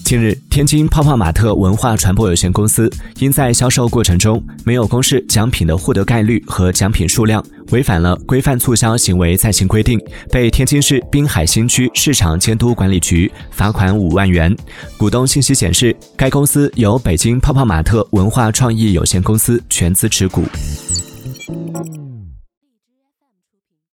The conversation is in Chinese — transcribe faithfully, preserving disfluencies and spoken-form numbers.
近日，天津泡泡玛特文化传播有限公司因在销售过程中没有公示奖品的获得概率和奖品数量，违反了规范促销行为暂行规定，被天津市滨海新区市场监督管理局罚款五万元。股东信息显示，该公司由北京泡泡玛特文化创意有限公司全资持股。